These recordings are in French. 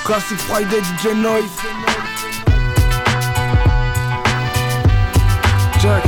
Classic Friday, DJ Noise. Check,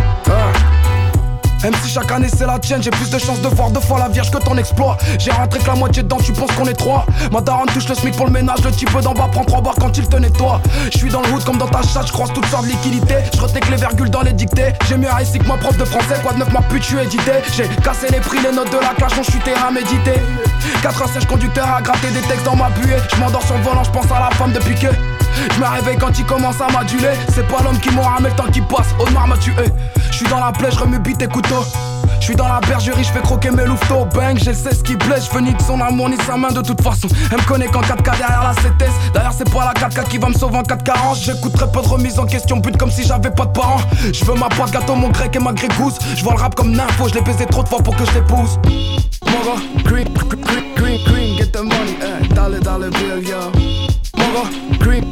Même si chaque année c'est la tienne, j'ai plus de chances de voir deux fois la vierge que ton exploit. J'ai rentré que la moitié dedans, tu penses qu'on est trois. Ma daronne touche le SMIC pour le ménage, le type d'en bas prend 3 barres quand il te nettoie. J'suis dans le hood comme dans ta chatte, j'croise toutes sortes de liquidités. J'retèque les virgules dans les dictées. J'ai mieux réussi que ma prof de français, quoi de neuf ma pute, j'suis édité. J'ai cassé les prix, les notes de la clash, on chuté à méditer. 4 heures sèche conducteur à gratter des textes dans ma buée. J'm'endors sur le volant, j'pense à la femme de piqué. J'me réveille quand il commence à m'aduler. C'est pas l'homme qui m'aura, mais le temps qui passe, Audemars m'a tué. J'suis dans la plaie, j'remue bite et couteau. J'suis dans la bergerie, j'fais croquer mes louveteaux. Bang, j'ai le 16 qui blesse, j'veux ni de son amour ni sa main de toute façon. Elle me connaît qu'en 4K derrière la CTS. D'ailleurs c'est pas la 4K qui va me sauver en 440. J'écoute très peu de remise en question, but comme si j'avais pas de parents. J'veux ma pote gâteau, mon grec et ma grégousse. J'vois le rap comme nympho, j'l'ai baisé trop de fois pour que je l'épouse. Mogo, green, get the money, dollar bill, yo. Mogo, green,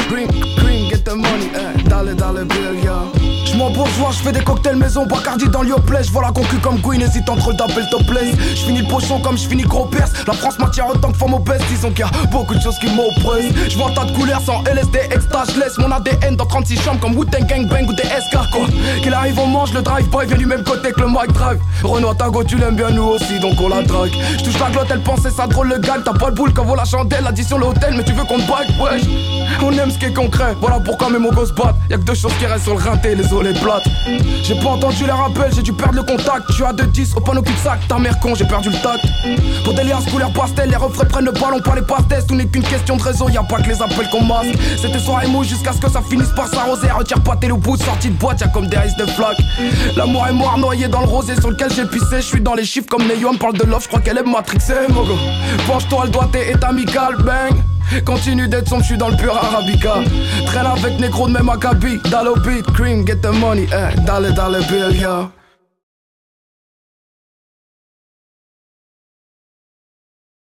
get the money, dollar bill, yo. J'm'en bourgeois, j'fais des cocktails maison, Bacardi dans l'Yoplay. J'vois la concu comme Queen, hésite entre le double top place. J'finis le pochon comme j'finis gros perse. La France m'attire autant que femme obèse. Disons qu'il y a beaucoup de choses qui m'oppressent. J'vois un tas de couleurs sans LSD extra. J'laisse mon ADN dans 36 chambres comme Wu-Tang Gang Bang ou des SK quoi. Qu'il arrive on mange, le drive-by vient du même côté que le mic drive. Renault Tango tu l'aimes bien nous aussi donc on la drague. J'touche la glotte, elle pensait ça drôle le gag. T'as pas le boule quand vaut la chandelle, addition l'hôtel. Mais tu veux qu'on te bague, wesh. On aime ce qui est concret, voilà pourquoi mes mogos se battent. Y'a que 2 choses qui restent sur le rinté, les os les plates. J'ai pas entendu les rappels, j'ai dû perdre le contact. Tu as 2-10 au panneau cul-de-sac, ta mère con, j'ai perdu le tact. Pour des liens couleur pastel, les refrains prennent le ballon par les pastes. Tout n'est qu'une question de réseau, y'a pas que les appels qu'on masque. C'était soirée mouche jusqu'à ce que ça finisse par s'arroser. Retire pas tes loups, sortie de boîte, y'a comme des risques de flaques. L'amour est mort noyé dans le rosé sur lequel j'ai pissé. J'suis dans les chiffres comme Neo, me parle de love, j'crois qu'elle est matrixée, mogo. Penche-toi, le doigté est amical, bang. Continue d'être sombre, j'suis dans le pur arabica. Traîne avec négro de même acabit. Dollar beat, cream, get the money, dollar bill, yo.